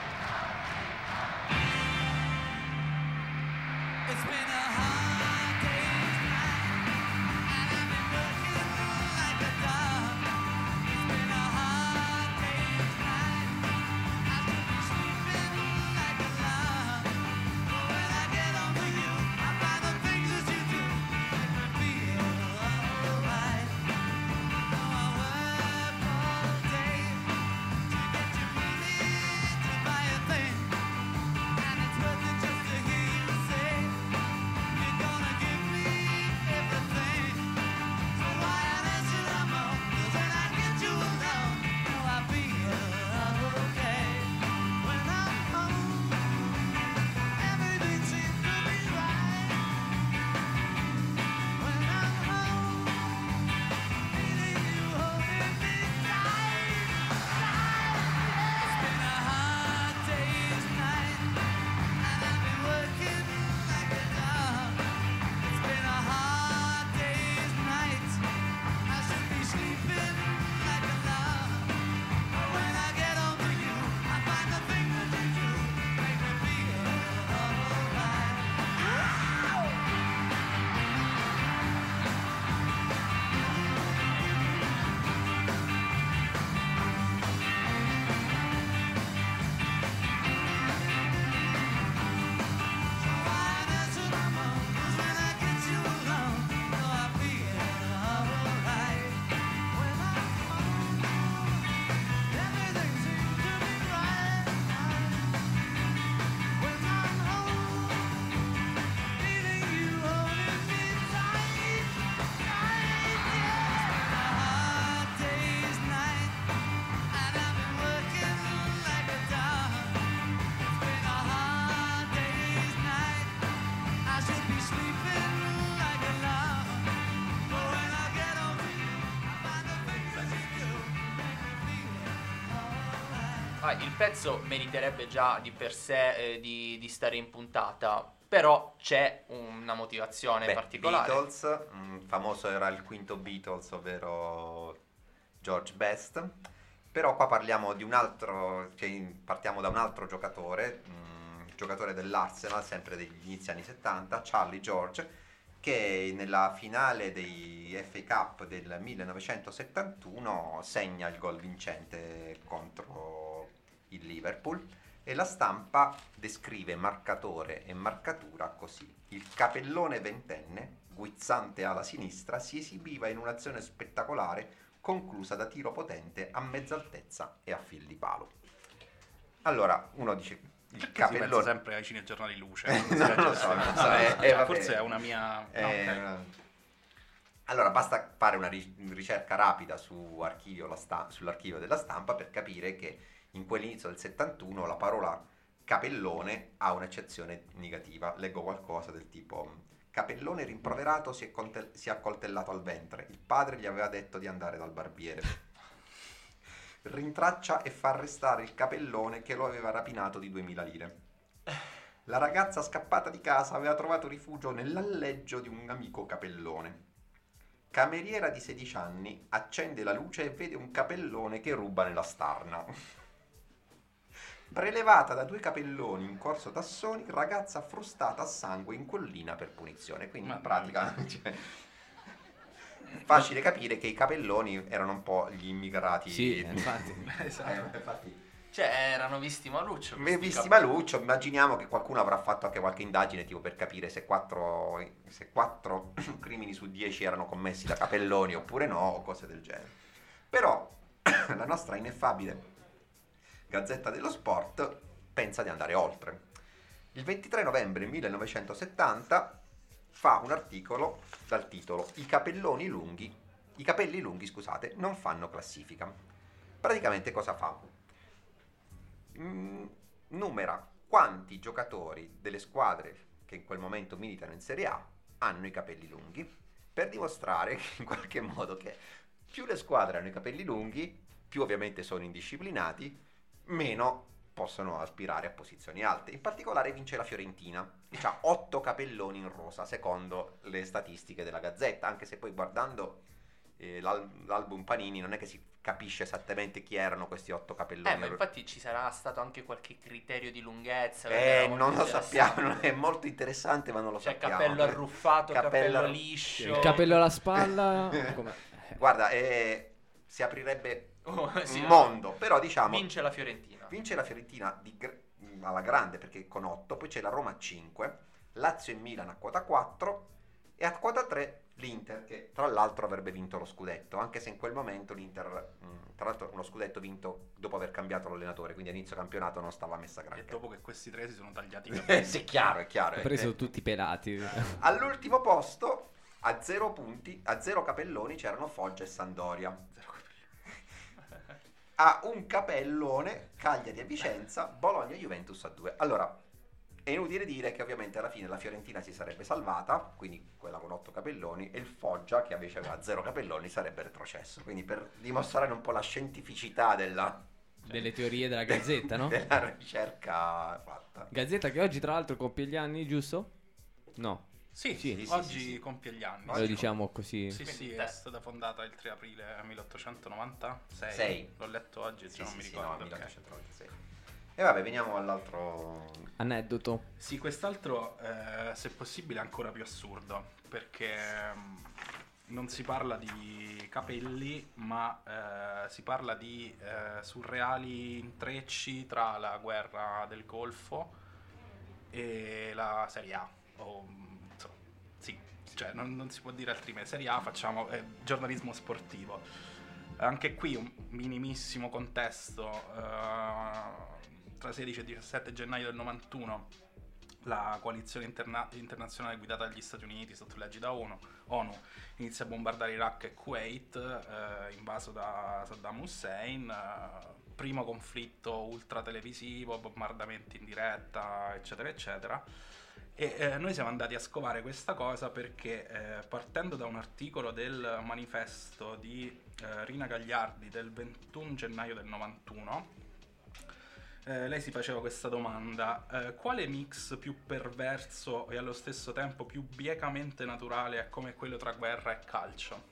G: It's been a hard day's night, and I've been working like a dog. It's been a hard day's night, I've been sleeping like a log. But when I get home to you, I find the things that you do make me feel alright. Oh, I work
B: Ah, il pezzo meriterebbe già di per sé eh, di, di stare in puntata, però c'è una motivazione
D: Beh,
B: particolare.
D: Beatles, mm, famoso era il quinto Beatles, ovvero George Best. Però qua parliamo di un altro, cioè partiamo da un altro giocatore, mm, giocatore dell'Arsenal, sempre degli inizi anni settanta, Charlie George, che nella finale dei F A Cup del millenovecentosettantuno segna il gol vincente contro il Liverpool, e la stampa descrive marcatore e marcatura così: il capellone ventenne, guizzante alla sinistra, si esibiva in un'azione spettacolare conclusa da tiro potente a mezza altezza e a fil di palo. Allora uno dice il
C: Perché si
D: capellone
C: pensa sempre ai cinegiornali luce?
D: non lo so, non so, eh, eh, va
C: Forse
D: bene.
C: è una mia... no,
D: Eh,
C: ok.
D: Allora basta fare una ri- ricerca rapida su archivio la sta- sull'archivio della stampa per capire che in quell'inizio del settantuno la parola capellone ha un'accezione negativa. Leggo qualcosa del tipo: capellone rimproverato si è, conte- si è accoltellato al ventre, il padre gli aveva detto di andare dal barbiere. Rintraccia e fa arrestare il capellone che lo aveva rapinato di duemila lire. La ragazza scappata di casa aveva trovato rifugio nell'alleggio di un amico capellone. Cameriera di sedici anni accende la luce e vede un capellone che ruba nella starna. Prelevata da due capelloni in corso Tassoni, ragazza frustata a sangue in collina per punizione. Quindi in
C: Ma-
D: pratica cioè, facile capire che i capelloni erano un po' gli immigrati.
A: Sì, infatti.
C: Esatto.
D: Eh, infatti
B: Cioè, erano visti maluccio.
D: Mi- visti maluccio, immaginiamo che qualcuno avrà fatto anche qualche indagine tipo per capire se quattro, se quattro crimini su dieci erano commessi da capelloni oppure no, o cose del genere. Però la nostra ineffabile Gazzetta dello Sport pensa di andare oltre. Il ventitré novembre millenovecentosettanta fa un articolo dal titolo I capelloni lunghi, i capelli lunghi, scusate, non fanno classifica. Praticamente cosa fa? Mm, numera quanti giocatori delle squadre che in quel momento militano in Serie A hanno i capelli lunghi, per dimostrare in qualche modo che più le squadre hanno i capelli lunghi, più ovviamente sono indisciplinati, meno possono aspirare a posizioni alte. In particolare vince la Fiorentina, che ha otto capelloni in rosa secondo le statistiche della Gazzetta, anche se poi guardando eh, l'al- l'album Panini non è che si capisce esattamente chi erano questi otto capelloni.
B: Eh, ma infatti ci sarà stato anche qualche criterio di lunghezza.
D: Eh,
B: era molto
D: non lo
B: interessante.
D: sappiamo, è molto interessante, ma non lo
B: C'è
D: sappiamo.
B: cappello arruffato,
D: Cappello-
B: cappello, liscio.
A: Il capello alla spalla. Come...
D: Guarda, eh, si aprirebbe
B: Oh, sì,
D: un
B: no.
D: mondo, però diciamo
B: Vince la Fiorentina.
D: vince la Fiorentina di gr- alla grande perché con otto, poi c'è la Roma a cinque, Lazio e Milan a quota quattro e a quota tre l'Inter, che tra l'altro avrebbe vinto lo scudetto, anche se in quel momento l'Inter, mh, tra l'altro uno scudetto vinto dopo aver cambiato l'allenatore, quindi a inizio campionato non stava messa
C: E
D: granché.
C: dopo che questi tre si sono tagliati i
D: Eh,
C: capelli.
D: sì, è chiaro, è chiaro.
A: Ho
D: eh,
A: preso
D: eh.
A: tutti pelati.
D: All'ultimo posto, a zero punti, a zero capelloni, c'erano Foggia e Sampdoria. A un capellone, Cagliari e Vicenza, Bologna e Juventus a due. Allora, è inutile dire che ovviamente alla fine la Fiorentina si sarebbe salvata, quindi quella con otto capelloni, e il Foggia, che invece aveva zero capelloni, sarebbe retrocesso. Quindi per dimostrare un po' la scientificità della,
A: Delle teorie della Gazzetta, no?
D: della ricerca fatta.
A: Gazzetta che oggi tra l'altro compie gli anni, giusto? No,
C: Sì,
A: Sì,
D: sì,
C: oggi
D: sì, sì.
C: compie gli anni.
A: lo diciamo così.
C: Sì, sì,
B: Quindi
C: è
B: te-
C: stata fondata il tre aprile milleottocentonovantasei.
D: Sei.
C: L'ho letto oggi,
D: Sì,
C: se non
D: sì,
C: mi
D: sì,
C: ricordo.
D: no,
C: ok.
D: millenovecentonovantasei. E vabbè, veniamo all'altro.
A: Aneddoto.
C: Sì, quest'altro, eh, se possibile, è ancora più assurdo, perché mm, non si parla di capelli, ma eh, si parla di eh, surreali intrecci tra la guerra del Golfo e la Serie A. O, mm, insomma, sì, cioè non, non si può dire altrimenti. Serie A facciamo eh, giornalismo sportivo. Anche qui un minimissimo contesto. eh, tra sedici e diciassette gennaio del novantuno la coalizione interna- internazionale guidata dagli Stati Uniti sotto leggi da ONU, ONU inizia a bombardare Iraq e Kuwait, eh, invaso da Saddam Hussein, eh, primo conflitto ultra televisivo, bombardamenti in diretta, eccetera eccetera. E eh, noi siamo andati a scovare questa cosa perché eh, partendo da un articolo del manifesto di eh, Rina Gagliardi del ventuno gennaio del novantuno, eh, lei si faceva questa domanda: eh, quale mix più perverso e allo stesso tempo più biecamente naturale è come quello tra guerra e calcio?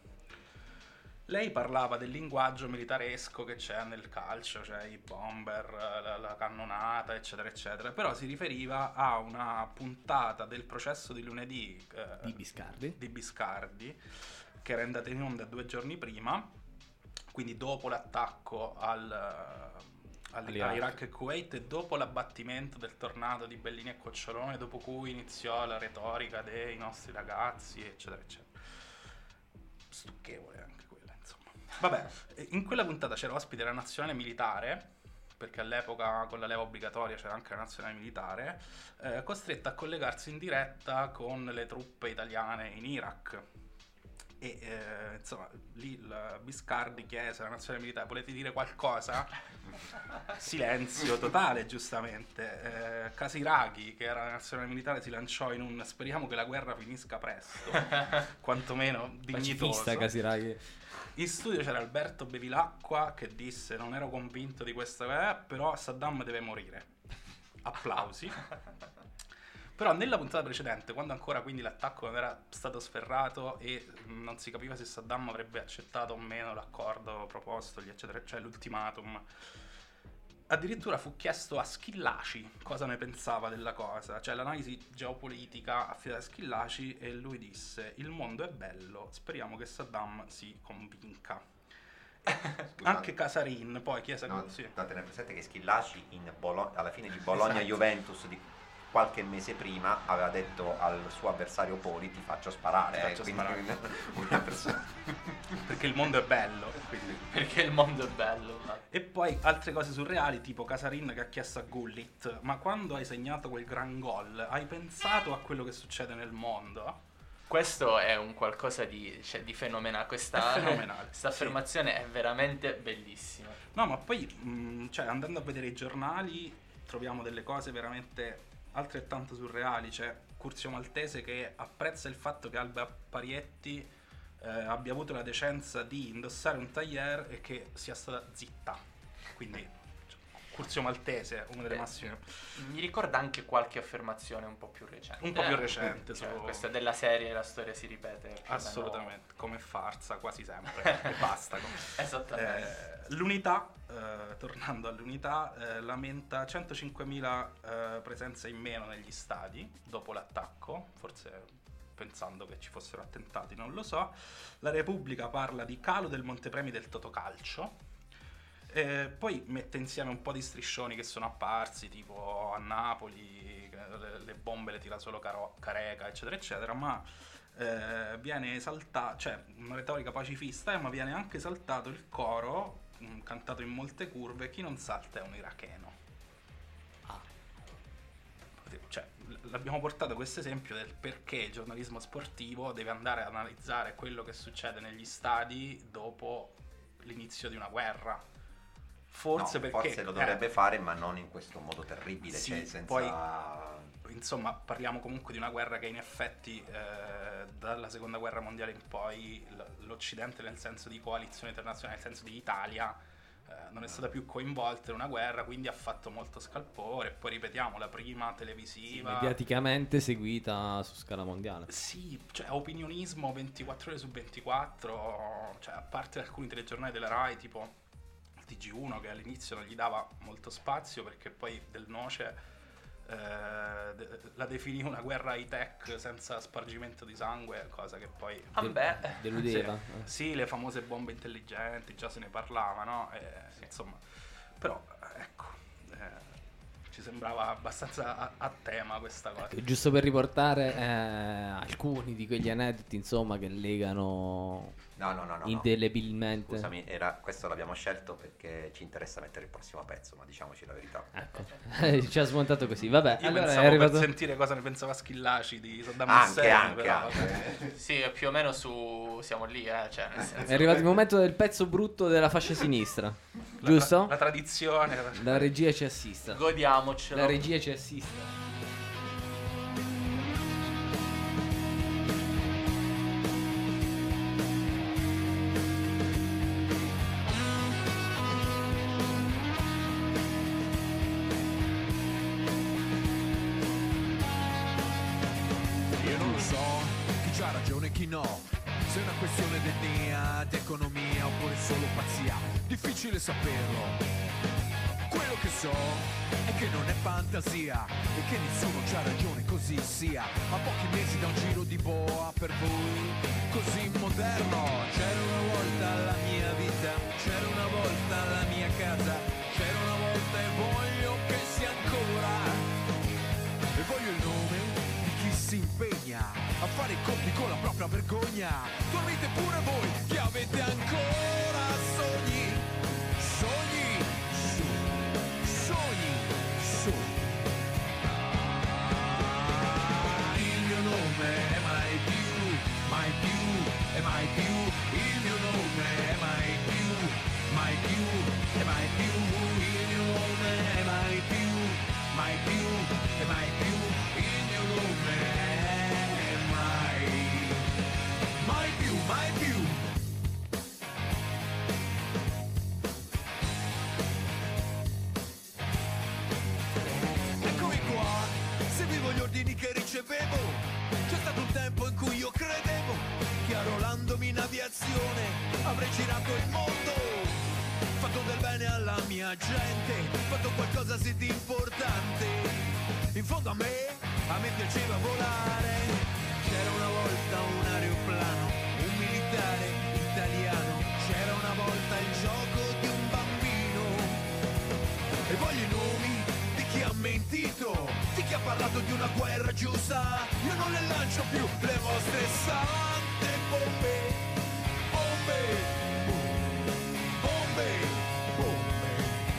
C: Lei parlava del linguaggio militaresco che c'è nel calcio, cioè i bomber, la, la cannonata, eccetera, eccetera, però si riferiva a una puntata del Processo di lunedì eh,
A: Di Biscardi.
C: di Biscardi, che era andata in onda due giorni prima, quindi dopo l'attacco al, al,
A: All'Iraq.
C: a Iraq e Kuwait e dopo l'abbattimento del tornado di Bellini e Cocciolone, dopo cui iniziò la retorica dei nostri ragazzi, eccetera, eccetera. Stucchevole anche quella, insomma. Vabbè, in quella puntata c'era ospite la nazionale militare, perché all'epoca con la leva obbligatoria c'era anche la nazionale militare, eh, costretta a collegarsi in diretta con le truppe italiane in Iraq. E eh, insomma, lì il Biscardi chiese alla nazionale militare: volete dire qualcosa? Silenzio totale, giustamente. eh, Casiraghi, che era la nazionale militare, si lanciò in un speriamo che la guerra finisca presto, quantomeno dignitoso.
A: Pacifista Casiraghi.
C: In studio c'era Alberto Bevilacqua che disse: non ero convinto di questa, eh, però Saddam deve morire. Applausi. Però nella puntata precedente, quando ancora quindi l'attacco non era stato sferrato e mh, non si capiva se Saddam avrebbe accettato o meno l'accordo propostogli, eccetera, cioè l'ultimatum, addirittura fu chiesto a Schillaci cosa ne pensava della cosa, cioè l'analisi geopolitica affidata a Schillaci, e lui disse: il mondo è bello, speriamo che Saddam si convinca. Anche Casarin poi chiese...
D: No,
C: sì.
D: da tenere presente che Schillaci in Bolo- alla fine di Bologna-Juventus di qualche mese prima aveva detto al suo avversario Poli: ti faccio sparare,
C: Ti faccio
D: eh, quindi
C: sparare.
D: una persona...
C: Perché il mondo è bello, quindi...
B: Perché il mondo è bello. ma-
C: E poi altre cose surreali, tipo Casarin che ha chiesto a Gullit: ma quando hai segnato quel gran gol hai pensato a quello che succede nel mondo?
B: Questo è un qualcosa di, cioè, di fenomenale. Questa,
C: È fenomenale,
B: questa
C: sì.
B: affermazione è veramente bellissima.
C: No, ma poi mh, cioè, andando a vedere i giornali troviamo delle cose veramente altrettanto surreali. C'è Curzio Maltese che apprezza il fatto che Alba Parietti eh, abbia avuto la decenza di indossare un tailleur e che sia stata zitta. Quindi cioè, Curzio Maltese, una delle
B: Beh,
C: massime.
B: Mi ricorda anche qualche affermazione un po' più recente.
C: Un po' più recente,
B: Cioè,
C: su-
B: questa della serie La storia si ripete. più o meno-
C: Assolutamente, come farsa quasi sempre. E basta.
B: Esattamente.
C: Eh, l'unità, eh, tornando all'unità, eh, lamenta centocinquemila eh, presenze in meno negli stadi dopo l'attacco, forse pensando che ci fossero attentati, non lo so. La Repubblica parla di calo del montepremi del Totocalcio. Eh, poi mette insieme un po' di striscioni che sono apparsi, tipo a Napoli che le, le bombe le tira solo Caro- Careca, eccetera, eccetera, ma eh, viene esaltato, cioè una retorica pacifista, eh, ma viene anche esaltato il coro, mh, cantato in molte curve: chi non salta è un iracheno. Cioè, l- l'abbiamo portato questo esempio del perché il giornalismo sportivo deve andare ad analizzare quello che succede negli stadi dopo l'inizio di una guerra. Forse
D: No,
C: perché
D: forse lo dovrebbe
C: eh,
D: fare, ma non in questo modo terribile,
C: Sì,
D: cioè senza...
C: poi- insomma, parliamo comunque di una guerra che in effetti eh, dalla seconda guerra mondiale in poi l- l'Occidente, nel senso di coalizione internazionale, nel senso di Italia, eh, non è stata più coinvolta in una guerra, quindi ha fatto molto scalpore. Poi ripetiamo, la prima televisiva,
A: Mediaticamente seguita su scala mondiale.
C: sì, cioè opinionismo ventiquattro ore su ventiquattro, cioè a parte alcuni telegiornali della Rai tipo il T G uno, che all'inizio non gli dava molto spazio perché poi Del Noce eh, de- la definì una guerra high tech senza spargimento di sangue, cosa che poi
B: Ah, beh.
A: Deludeva.
C: sì, sì, le famose bombe intelligenti, già se ne parlava, no? E, insomma, però ecco, eh, ci sembrava abbastanza a, a tema questa cosa.
A: Ecco, giusto per riportare eh, alcuni di quegli aneddoti, insomma, che legano
D: No, no, no, no, no.
A: indelebilmente.
D: Scusami, era, questo l'abbiamo scelto perché ci interessa mettere il prossimo pezzo, ma diciamoci la verità.
A: Ecco, ci ha smontato così. Vabbè,
C: Io
A: allora è
C: pensavo
A: arrivato.
C: per sentire cosa ne pensava Schillaci di Saddam
D: Anche,
C: Hussein,
D: anche,
C: però,
D: anche.
C: vabbè.
B: Sì, più o meno su... siamo lì, eh. Cioè, nel senso...
A: È arrivato il momento del pezzo brutto della fascia sinistra,
C: La-
A: giusto?
C: La, tradizione. la-
A: La regia ci assista.
B: Godiamocelo.
A: La regia ci assista.
H: e chi no. Se è una questione d'etnia, d'economia oppure solo pazzia, difficile saperlo. Quello che so è che non è fantasia e che nessuno c'ha ragione così sia. A pochi mesi da un giro di boa per voi così moderno. C'era una volta la mia vita, c'era una volta la mia casa, c'era una volta e voglio che sia ancora. E voglio il nome di chi si impegna a fare i conti con la propria vergogna. Dormite pure voi che avete ancora sogni, sogni, su, sogni, su. Ah, il mio nome è mai più, mai più, e mai più. Il mio nome è mai più, mai più, e mai più. Il mio nome è mai più, mai più, e mai più. Il mio nome è mai, mai più, mai più. Eccomi qua, seguivo gli ordini che ricevevo. C'è stato un tempo in cui io credevo che arruolandomi in aviazione avrei girato il mondo, fatto del bene alla mia gente, fatto qualcosa sì di importante. In fondo a me, a me piaceva volare. C'era una volta un aeroplano, un militare italiano, c'era una volta il gioco di un bambino. E voglio i nomi di chi ha mentito, di chi ha parlato di una guerra giusta. Io non le lancio più le vostre sante bombe, bombe, bombe, bombe, bombe.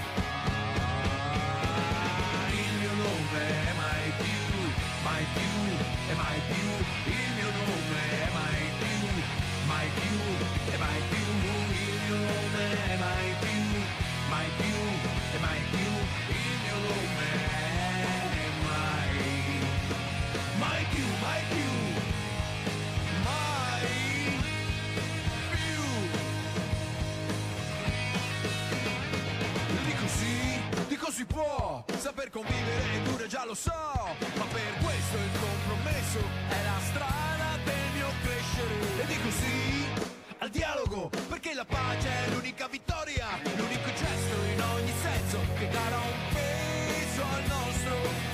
H: Ah, il mio nome è mai più, mai più, e mai più. Il mio nome è mai più, mai più, e mai più. Il mio nome è mai più, mai più, e mai più. Il mio nome è mai, mai più, mai più, mai più. Io dico sì, dico si può, saper convivere è dura, già lo so, ma per questo il compromesso è la strada del mio crescere. E dico sì al dialogo, perché la pace è l'unica vittoria, l'unico gesto in ogni senso che darà un peso al nostro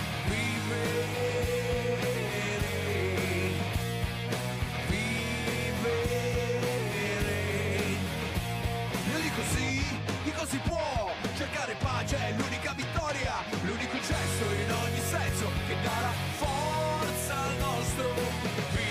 H: vivere. Vivere. Io dico sì, dico si può, cercare pace è l'unica vittoria, l'unico gesto in ogni senso che darà forza al nostro vivere.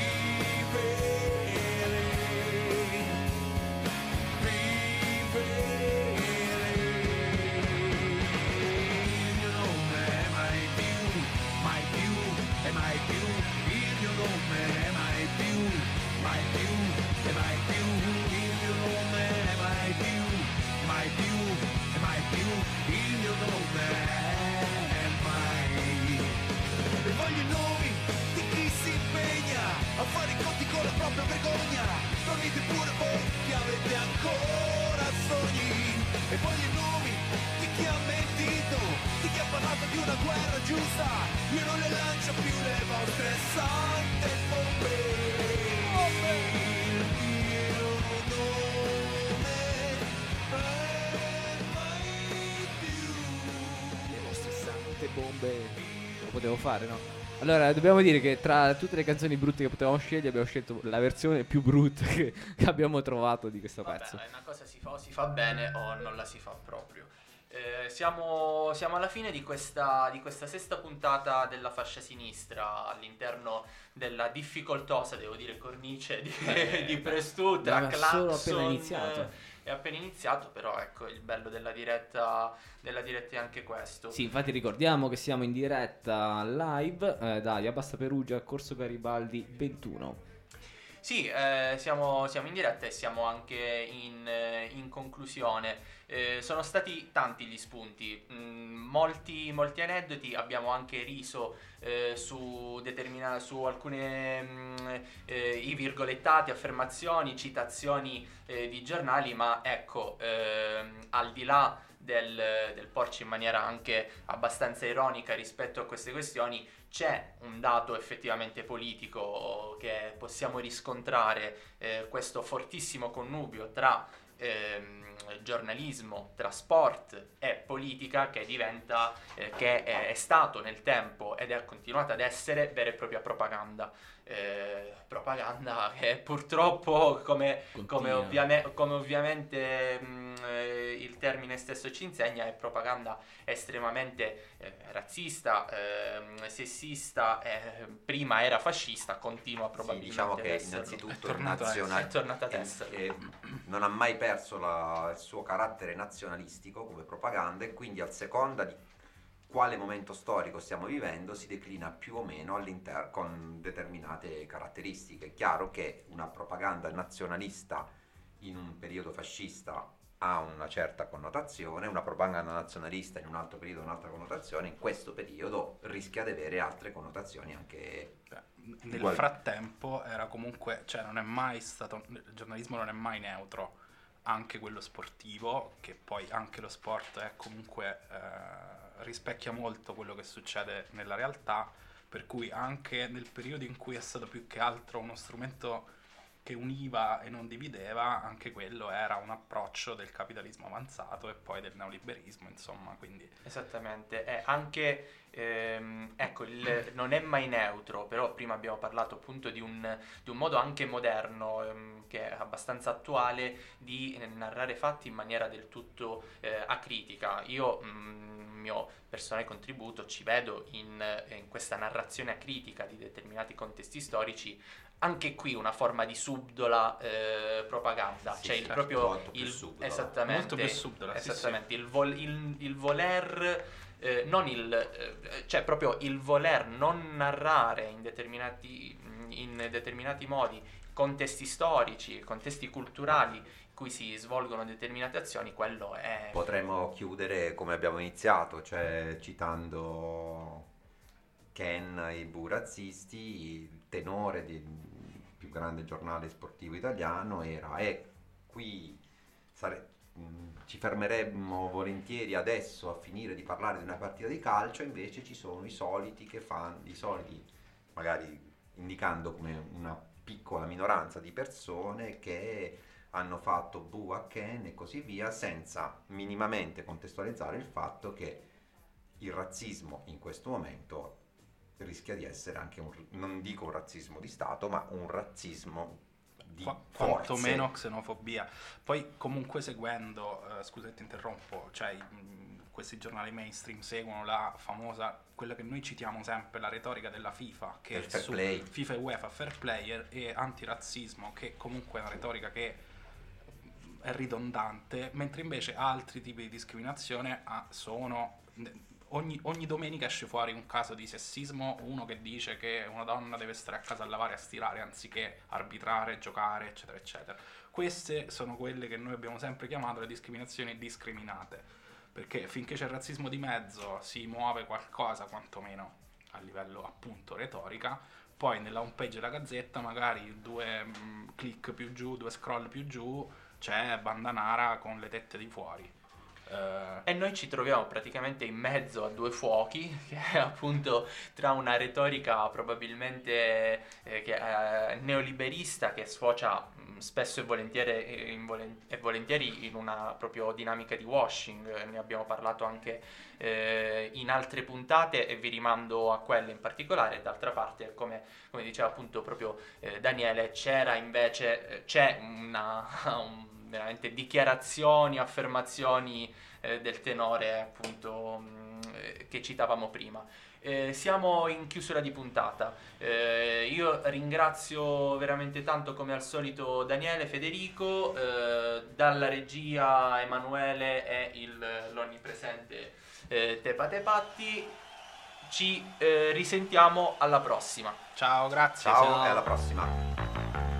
H: A fare i conti con la propria vergogna. Dormite pure voi che avete ancora sogni. E voglio i nomi di chi ha mentito, di chi ha parlato di una guerra giusta. Io non le lancio più le vostre sante bombe. Il mio nome è mai più.
A: Le vostre sante bombe. Lo potevo fare, no? Allora, dobbiamo dire che tra tutte le canzoni brutte che potevamo scegliere abbiamo scelto la versione più brutta che, che abbiamo trovato di questo
B: Vabbè,
A: pezzo.
B: una cosa si fa o si fa bene o non la si fa proprio. Eh, siamo, siamo alla fine di questa, di questa sesta puntata della fascia sinistra all'interno della difficoltosa, devo dire, cornice di, di Prestutra,
A: Aveva solo
B: Claxon.
A: appena iniziato.
B: È appena iniziato, però ecco, il bello della diretta, della diretta è anche questo.
A: Sì, infatti ricordiamo che siamo in diretta live eh, da Iabassa Perugia, Corso Garibaldi ventuno.
B: Sì, eh, siamo, siamo in diretta e siamo anche in, eh, in conclusione. Eh, sono stati tanti gli spunti, mm, molti, molti aneddoti, abbiamo anche riso eh, su, determina- su alcune mm, eh, i virgolettati, affermazioni, citazioni eh, di giornali, ma ecco, ehm, al di là del, del porci in maniera anche abbastanza ironica rispetto a queste questioni, c'è un dato effettivamente politico che possiamo riscontrare, eh, questo fortissimo connubio tra ehm, giornalismo, tra sport e politica che diventa, eh, che è, è stato nel tempo ed è continuata ad essere vera e propria propaganda. Eh, propaganda che purtroppo, come, come,
A: Continua.
B: ovviame- come ovviamente mh, eh, il termine stesso ci insegna, è propaganda estremamente eh, razzista, ehm, sessista, eh, prima era fascista, continua
D: Sì,
B: probabilmente
D: diciamo
B: ad
D: che
B: esserlo.
C: È
D: innanzitutto
C: tornato a
D: nazionale-
B: essere. È tornato ad
D: e-
B: essere.
D: e non ha mai perso la- il suo carattere nazionalistico come propaganda, e quindi a seconda di quale momento storico stiamo vivendo si declina più o meno all'inter- con determinate caratteristiche. È chiaro che una propaganda nazionalista in un periodo fascista ha una certa connotazione, una propaganda nazionalista in un altro periodo ha un'altra connotazione, in questo periodo rischia di avere altre connotazioni anche.
C: Cioè, nel
D: Uguali.
C: frattempo era comunque, cioè non è mai stato, il giornalismo non è mai neutro, anche quello sportivo, che poi anche lo sport è comunque eh, rispecchia molto quello che succede nella realtà, per cui anche nel periodo in cui è stato più che altro uno strumento che univa e non divideva, anche quello era un approccio del capitalismo avanzato e poi del neoliberismo, insomma, quindi
B: Esattamente, è anche, ehm, ecco, il, non è mai neutro, però prima abbiamo parlato appunto di un, di un modo anche moderno, ehm, che è abbastanza attuale, di eh, narrare fatti in maniera del tutto eh, acritica. Io, mm, mio personale contributo, ci vedo in, in questa narrazione acritica di determinati contesti storici, anche qui una forma di subdola eh, propaganda,
D: Sì,
B: cioè il
D: certo,
B: proprio
D: molto più
B: il,
D: subdola.
B: esattamente,
C: Molto più subdola, sì,
B: esattamente il, vol- il, il voler eh, non il eh, cioè proprio il voler non narrare in determinati in determinati modi contesti storici, contesti culturali in cui si svolgono determinate azioni, quello è
D: Potremmo chiudere come abbiamo iniziato, cioè citando Ken e i bu razzisti. Il tenore del più grande giornale sportivo italiano era e qui sare- mh, ci fermeremmo volentieri adesso a finire di parlare di una partita di calcio, invece ci sono i soliti che fanno, i soliti magari indicando come una piccola minoranza di persone che hanno fatto bu a Ken e così via, senza minimamente contestualizzare il fatto che il razzismo in questo momento rischia di essere anche un, non dico un razzismo di Stato, ma un razzismo di
C: Qua-
D: forze.
C: quantomeno xenofobia. Poi comunque seguendo, eh, scusa se ti interrompo, cioè mh, questi giornali mainstream seguono la famosa, quella che noi citiamo sempre, la retorica della FIFA, che
D: Il
C: è
D: fair
C: su
D: play.
C: FIFA e UEFA, fair player e antirazzismo, che comunque è una retorica che è ridondante, mentre invece altri tipi di discriminazione ah, sono... Ogni, ogni domenica esce fuori un caso di sessismo, uno che dice che una donna deve stare a casa a lavare e a stirare anziché arbitrare, giocare, eccetera, eccetera. Queste sono quelle che noi abbiamo sempre chiamato le discriminazioni discriminate, perché finché c'è il razzismo di mezzo si muove qualcosa, quantomeno a livello appunto retorica, poi nella homepage della Gazzetta magari due mh, click più giù, due scroll più giù, c'è Bandanara con le tette di fuori. Uh,
B: E noi ci troviamo praticamente in mezzo a due fuochi, che è appunto tra una retorica probabilmente eh, che, eh, neoliberista, che sfocia mh, spesso e volentieri, in volen- e volentieri in una proprio dinamica di washing. Ne abbiamo parlato anche eh, in altre puntate e vi rimando a quelle in particolare. D'altra parte, come, come diceva appunto proprio eh, Daniele, c'era invece, eh, c'è una... un, veramente dichiarazioni, affermazioni eh, del tenore appunto mh, eh, che citavamo prima. Eh, siamo in chiusura di puntata. Eh, io ringrazio veramente tanto come al solito Daniele, Federico, eh, dalla regia Emanuele e il, l'onnipresente eh, Tepa Tepatti. Ci eh, risentiamo alla prossima.
C: ciao, grazie.
D: Ciao,
A: Ciao.
D: e alla prossima.